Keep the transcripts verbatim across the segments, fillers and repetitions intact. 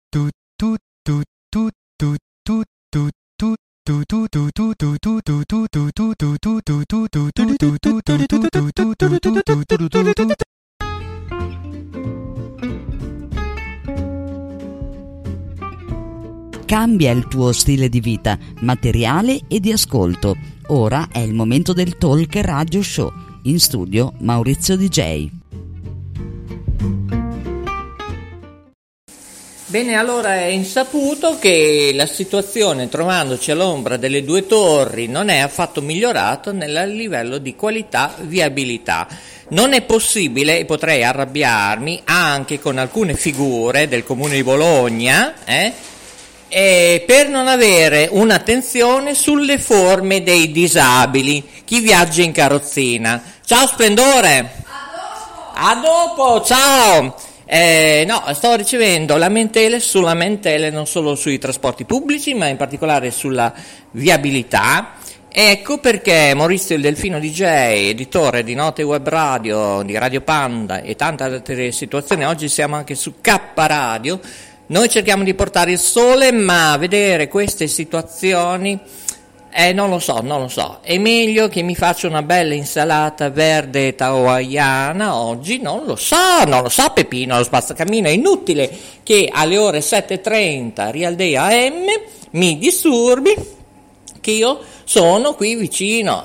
Cambia il tuo stile di vita, materiale e di ascolto. Ora è il momento del Talk Radio Show. In studio Maurizio D J. Bene, allora è insaputo che la situazione, trovandoci all'ombra delle due torri, non è affatto migliorata nel livello di qualità viabilità. Non è possibile, e potrei arrabbiarmi anche con alcune figure del Comune di Bologna, eh, eh, per non avere un'attenzione sulle forme dei disabili, chi viaggia in carrozzina. Ciao Splendore! A dopo! A dopo, ciao! Eh, no, sto ricevendo lamentele su lamentele non solo sui trasporti pubblici, ma in particolare sulla viabilità. Ecco perché Maurizio il Delfino D J, editore di Note Web Radio, di Radio Panda e tante altre situazioni, oggi siamo anche su K Radio. Noi cerchiamo di portare il sole, ma vedere queste situazioni, eh, non lo so, non lo so. È meglio che mi faccia una bella insalata verde hawaiana oggi, non lo so, non lo so Peppino, lo spazzacamino. È inutile che alle ore sette e trenta Real Day A M mi disturbi, che io sono qui vicino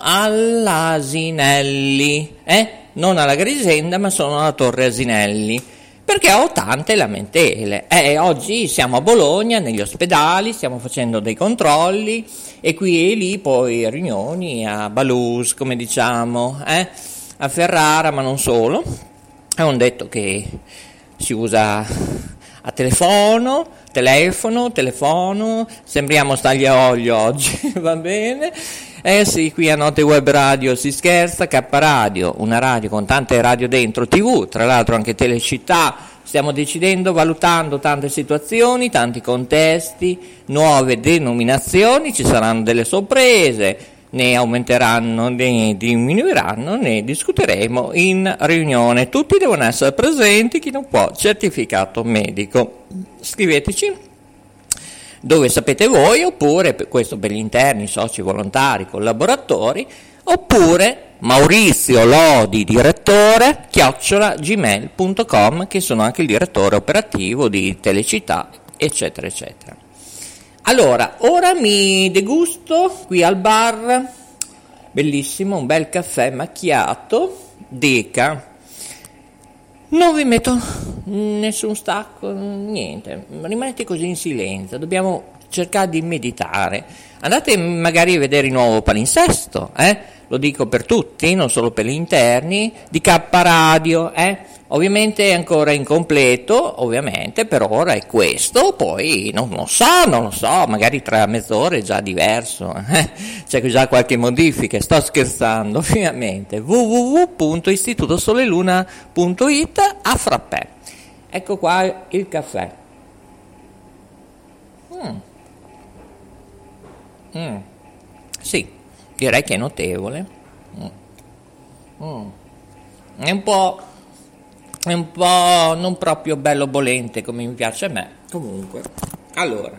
all'Asinelli, eh? Non alla Grisenda, ma sono alla Torre Asinelli. Perché ho tante lamentele. Eh, oggi siamo a Bologna, negli ospedali, stiamo facendo dei controlli e qui e lì poi riunioni a Balus, come diciamo, eh? A Ferrara, ma non solo. È un detto che si usa a telefono, telefono, telefono, sembriamo stagli a olio oggi, va bene? Eh sì, qui a Note Web Radio si scherza, K Radio, una radio con tante radio dentro, tivù, tra l'altro anche Telecittà, stiamo decidendo, valutando tante situazioni, tanti contesti, nuove denominazioni, ci saranno delle sorprese, ne aumenteranno, ne diminuiranno, ne discuteremo in riunione. Tutti devono essere presenti, chi non può, certificato medico. Scriveteci dove sapete voi, oppure questo per gli interni, soci, volontari, collaboratori, oppure Maurizio Lodi, direttore, chiocciola gmail punto com, che sono anche il direttore operativo di Telecittà, eccetera, eccetera. Allora, ora mi degusto qui al bar, bellissimo, un bel caffè macchiato, Deca. Non vi metto nessun stacco, niente, rimanete così in silenzio, dobbiamo cercare di meditare. Andate magari a vedere il nuovo palinsesto, eh? Lo dico per tutti, non solo per gli interni, di K Radio, eh? Ovviamente è ancora incompleto, ovviamente, per ora è questo, poi non lo so, non lo so, magari tra mezz'ora è già diverso, eh? C'è già qualche modifica, sto scherzando, ovviamente, w w w punto istituto sole luna punto i t a frappè. Ecco qua il caffè. Mm. Mm. Sì, direi che è notevole. Mm. Mm. È un po'... è un po' non proprio bello bolente come mi piace a me. Comunque, allora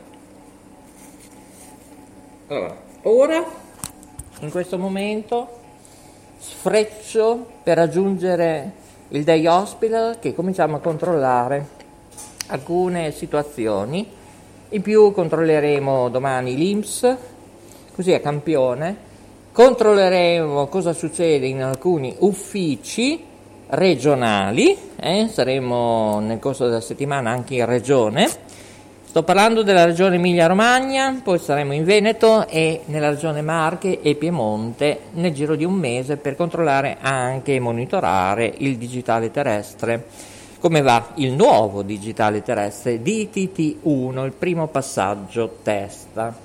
allora ora in questo momento sfreccio per raggiungere il day hospital, che cominciamo a controllare alcune situazioni. In più controlleremo domani l'I N P S, così a campione, controlleremo cosa succede in alcuni uffici regionali, eh? Saremo nel corso della settimana anche in regione. Sto parlando della regione Emilia-Romagna, poi saremo in Veneto e nella regione Marche e Piemonte nel giro di un mese per controllare anche e monitorare il digitale terrestre. Come va il nuovo digitale terrestre D T T uno, il primo passaggio testa.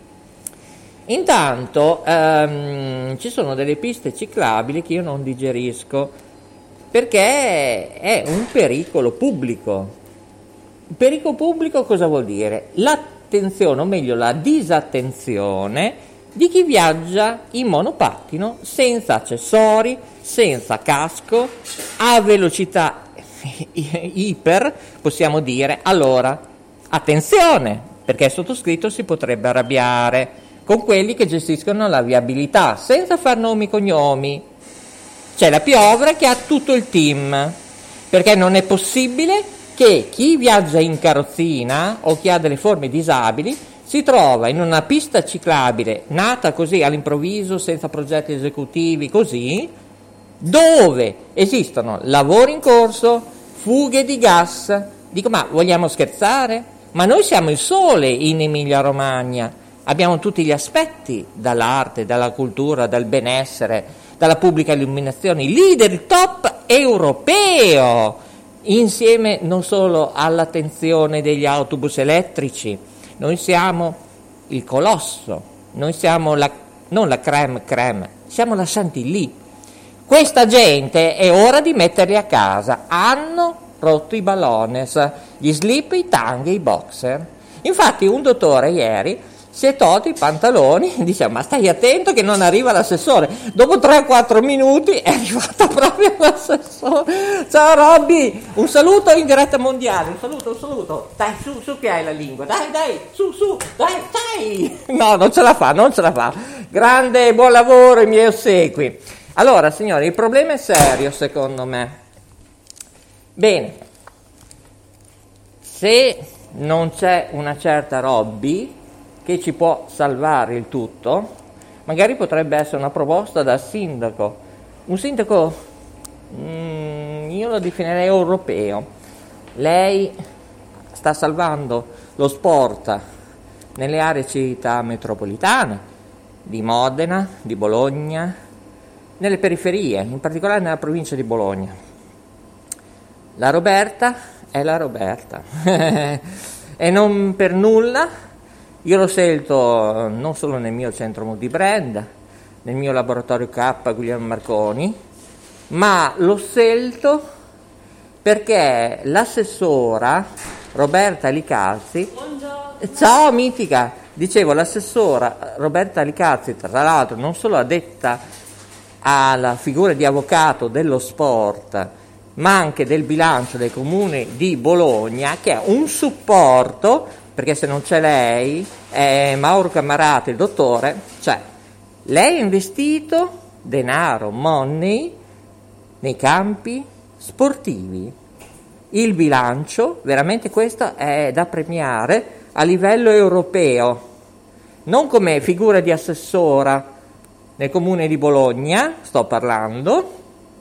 Intanto ehm, ci sono delle piste ciclabili che io non digerisco, perché è un pericolo pubblico. Pericolo pubblico cosa vuol dire? L'attenzione, o meglio la disattenzione di chi viaggia in monopattino senza accessori, senza casco, a velocità iper, possiamo dire. Allora, Attenzione, perché il sottoscritto si potrebbe arrabbiare con quelli che gestiscono la viabilità, senza far nomi e cognomi. C'è la Piovra che ha tutto il team, perché non è possibile che chi viaggia in carrozzina o chi ha delle forme disabili si trova in una pista ciclabile nata così all'improvviso, senza progetti esecutivi, così, dove esistono lavori in corso, fughe di gas. Dico, ma vogliamo scherzare? Ma noi siamo il sole in Emilia-Romagna, abbiamo tutti gli aspetti, dall'arte, dalla cultura, dal benessere, dalla pubblica illuminazione, leader top europeo, insieme non solo all'attenzione degli autobus elettrici. Noi siamo il colosso, noi siamo la, non la crème crème, siamo la Chantilly. Questa gente è ora di metterli a casa, hanno rotto i ballones, gli slip, i tanghi, i boxer. Infatti un dottore ieri si è tolto i pantaloni e dice, ma stai attento che non arriva l'assessore. Dopo tre quattro minuti è arrivata proprio l'assessore. Ciao Robby, un saluto in diretta mondiale, un saluto, un saluto. Dai, su, su che hai la lingua, dai, dai, su, su, dai, dai. No, non ce la fa, non ce la fa. Grande, buon lavoro, i miei ossequi. Allora, signori, il problema è serio, secondo me. Bene, se non c'è una certa Robby che ci può salvare il tutto, magari potrebbe essere una proposta da sindaco, un sindaco, mm, io lo definirei europeo. Lei sta salvando lo sport nelle aree città metropolitane, di Modena, di Bologna, nelle periferie, in particolare nella provincia di Bologna. La Roberta è la Roberta e non per nulla io l'ho scelto non solo nel mio centro multibrand, nel mio laboratorio K Guglielmo Marconi, ma l'ho scelto perché l'assessora Roberta Licazzi, buongiorno. Ciao mitica, dicevo l'assessora Roberta Licazzi, tra l'altro non solo addetta alla figura di avvocato dello sport, ma anche del bilancio del comune di Bologna, che è un supporto, perché se non c'è lei, è Mauro Cammarate, il dottore, cioè lei ha investito denaro, money, nei campi sportivi. Il bilancio, veramente questo è da premiare a livello europeo, non come figura di assessora nel comune di Bologna, sto parlando.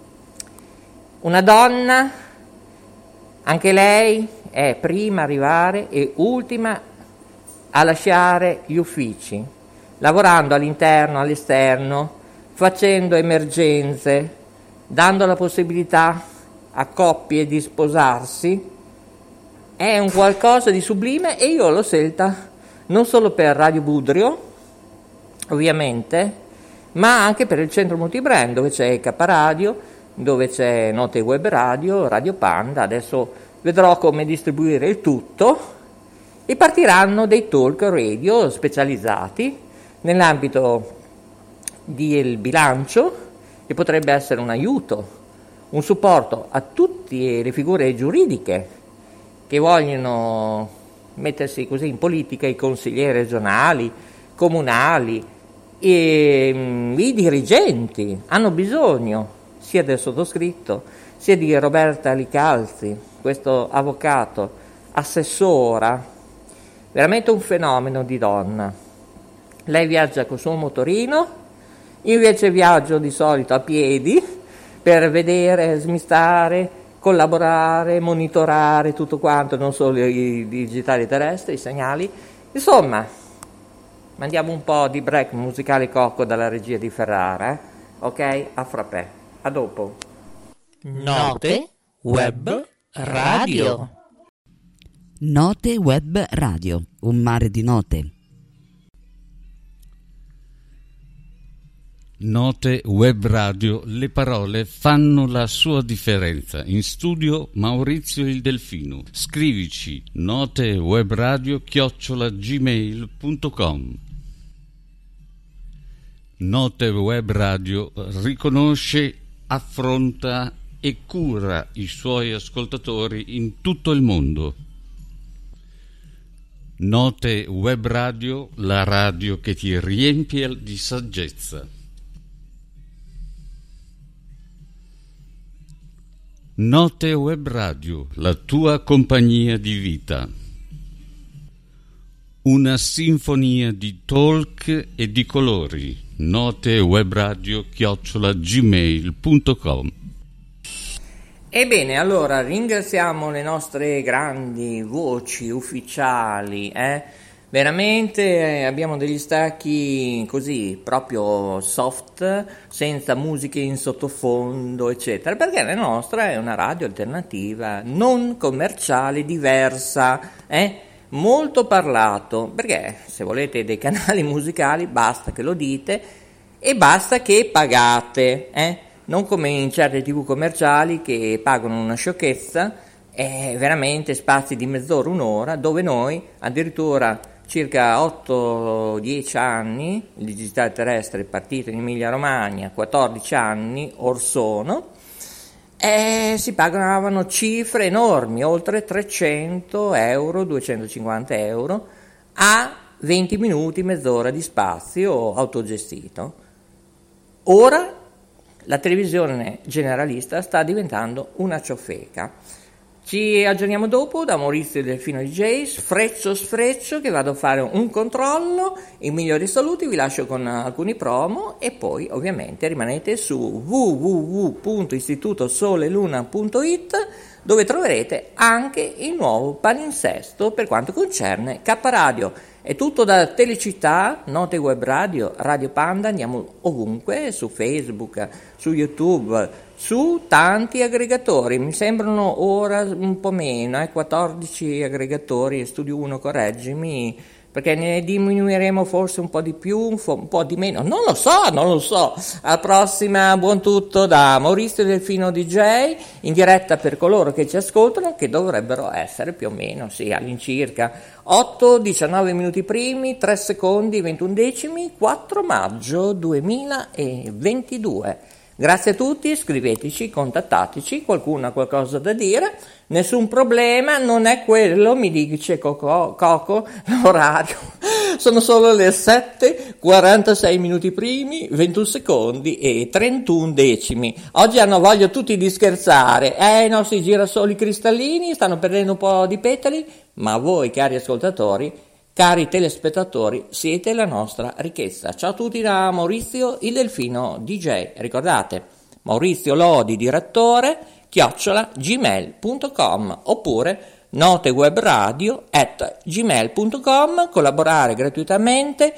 Una donna, anche lei è prima a arrivare e ultima a lasciare gli uffici, lavorando all'interno, all'esterno, facendo emergenze, dando la possibilità a coppie di sposarsi. È un qualcosa di sublime e io l'ho scelta non solo per Radio Budrio, ovviamente, ma anche per il centro multibrand, dove c'è K Radio, dove c'è Note Web Radio, Radio Panda. Adesso vedrò come distribuire il tutto e partiranno dei talk radio specializzati nell'ambito del bilancio, che potrebbe essere un aiuto, un supporto a tutte le figure giuridiche che vogliono mettersi così in politica, i consiglieri regionali, comunali e mm, i dirigenti hanno bisogno sia del sottoscritto, sia di Roberta Licalzi, questo avvocato, assessora, veramente un fenomeno di donna. Lei viaggia col suo motorino, io invece viaggio di solito a piedi per vedere, smistare, collaborare, monitorare tutto quanto, non solo i digitali terrestri, i segnali. Insomma, mandiamo un po' di break musicale cocco dalla regia di Ferrara, eh? Ok? A frappè. A dopo. Note Web Radio. Note Web Radio, un mare di note. Note Web Radio, le parole fanno la sua differenza. In studio Maurizio il Delfino. Scrivici notewebradio chiocciola gmail punto com. Note Web Radio riconosce, affronta e cura i suoi ascoltatori in tutto il mondo. Note Web Radio, la radio che ti riempie di saggezza. Note Web Radio, la tua compagnia di vita. Una sinfonia di talk e di colori. Note Web Radio chiocciola gmail punto com. Ebbene, allora ringraziamo le nostre grandi voci ufficiali, eh? Veramente eh, abbiamo degli stacchi così, proprio soft, senza musiche in sottofondo, eccetera, perché la nostra è una radio alternativa, non commerciale, diversa, eh? Molto parlato, perché se volete dei canali musicali basta che lo dite e basta che pagate, eh? Non come in certe tivù commerciali che pagano una sciocchezza, è veramente spazi di mezz'ora, un'ora, dove noi addirittura circa otto dieci anni, il digitale terrestre è partito in Emilia Romagna, quattordici anni or sono, e si pagavano cifre enormi, oltre trecento euro, duecentocinquanta euro, a venti minuti, mezz'ora di spazio autogestito. Ora la televisione generalista sta diventando una ciofeca. Ci aggiorniamo dopo da Maurizio Delfino D J, sfreccio sfreccio, che vado a fare un controllo. I migliori saluti, vi lascio con alcuni promo e poi ovviamente rimanete su w w w punto istituto sole luna punto i t, dove troverete anche il nuovo palinsesto per quanto concerne K Radio. È tutto da Telecittà, Note Web Radio, Radio Panda, andiamo ovunque, su Facebook, su YouTube, su tanti aggregatori, mi sembrano ora un po' meno, eh, quattordici aggregatori, Studio uno correggimi, perché ne diminuiremo forse un po' di più, un, fo- un po' di meno, non lo so, non lo so. Alla prossima, buon tutto da Maurizio Delfino D J, in diretta per coloro che ci ascoltano, che dovrebbero essere più o meno, sì, all'incirca otto diciannove minuti primi, tre secondi, ventuno decimi, quattro maggio duemilaventidue. Grazie a tutti, scriveteci, contattateci, qualcuno ha qualcosa da dire, nessun problema, non è quello, mi dice Coco, Coco, l'orario, sono solo le sette quarantasei minuti primi, ventuno secondi e trentuno decimi. Oggi hanno voglia tutti di scherzare, eh, i nostri girasoli cristallini stanno perdendo un po' di petali, ma voi cari ascoltatori, cari telespettatori, siete la nostra ricchezza. Ciao a tutti da Maurizio il Delfino D J. Ricordate, Maurizio Lodi, direttore, chiocciola gmail punto com oppure notewebradio at gmail punto com, collaborare gratuitamente,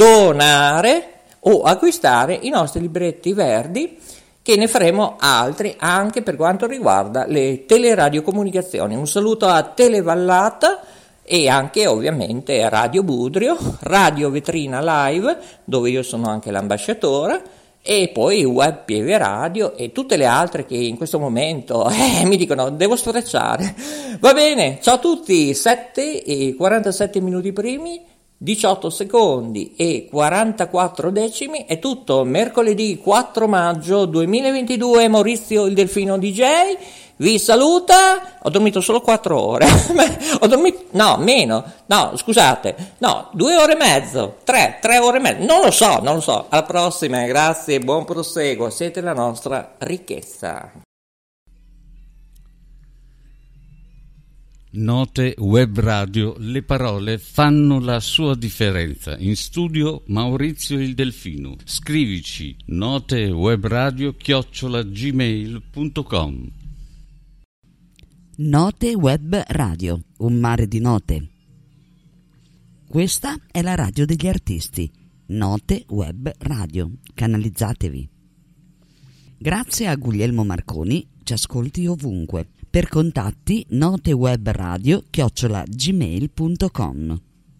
donare o acquistare i nostri libretti verdi, che ne faremo altri anche per quanto riguarda le teleradiocomunicazioni. Un saluto a Televallata e anche ovviamente Radio Budrio, Radio Vetrina Live, dove io sono anche l'ambasciatore, e poi Web Pieve Radio e tutte le altre che in questo momento eh, mi dicono devo sfrecciare. Va bene, ciao a tutti, sette e quarantasette minuti primi, diciotto secondi e quarantaquattro decimi, è tutto. Mercoledì quattro maggio duemilaventidue, Maurizio il Delfino D J vi saluta. Ho dormito solo quattro ore, ho dormito, no, meno, no, scusate, no, due ore e mezzo, tre, tre ore e mezzo, non lo so, non lo so. Alla prossima, grazie, buon proseguo, siete la nostra ricchezza. Note Web Radio, le parole fanno la sua differenza. In studio Maurizio il Delfino. Scrivici notewebradio chiocciola gmail punto com. Note Web Radio, un mare di note. Questa è la radio degli artisti. Note Web Radio, canalizzatevi. Grazie a Guglielmo Marconi, ci ascolti ovunque. Per contatti notewebradio chiocciola gmail punto com.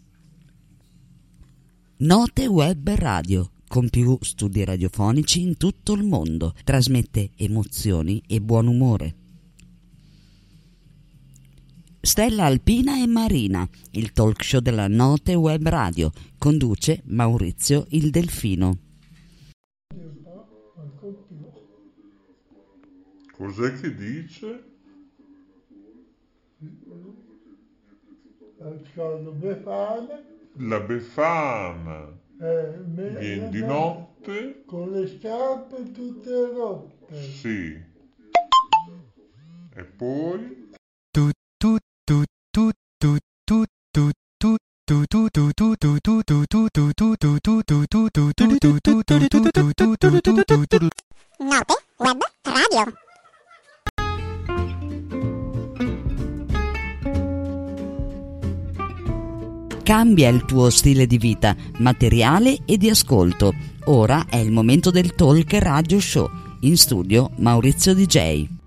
Note Web Radio, con più studi radiofonici in tutto il mondo, trasmette emozioni e buon umore. Stella Alpina e Marina, il talk show della Note Web Radio, conduce Maurizio il Delfino. Cos'è che dice? ascolto Befana. La Befana Eh, viene di notte. Con le scarpe tutte rotte. Sì. E poi? Note Web Radio. Cambia il tuo stile di vita, materiale e di ascolto. Ora è il momento del Talk Radio Show. In studio Maurizio D J.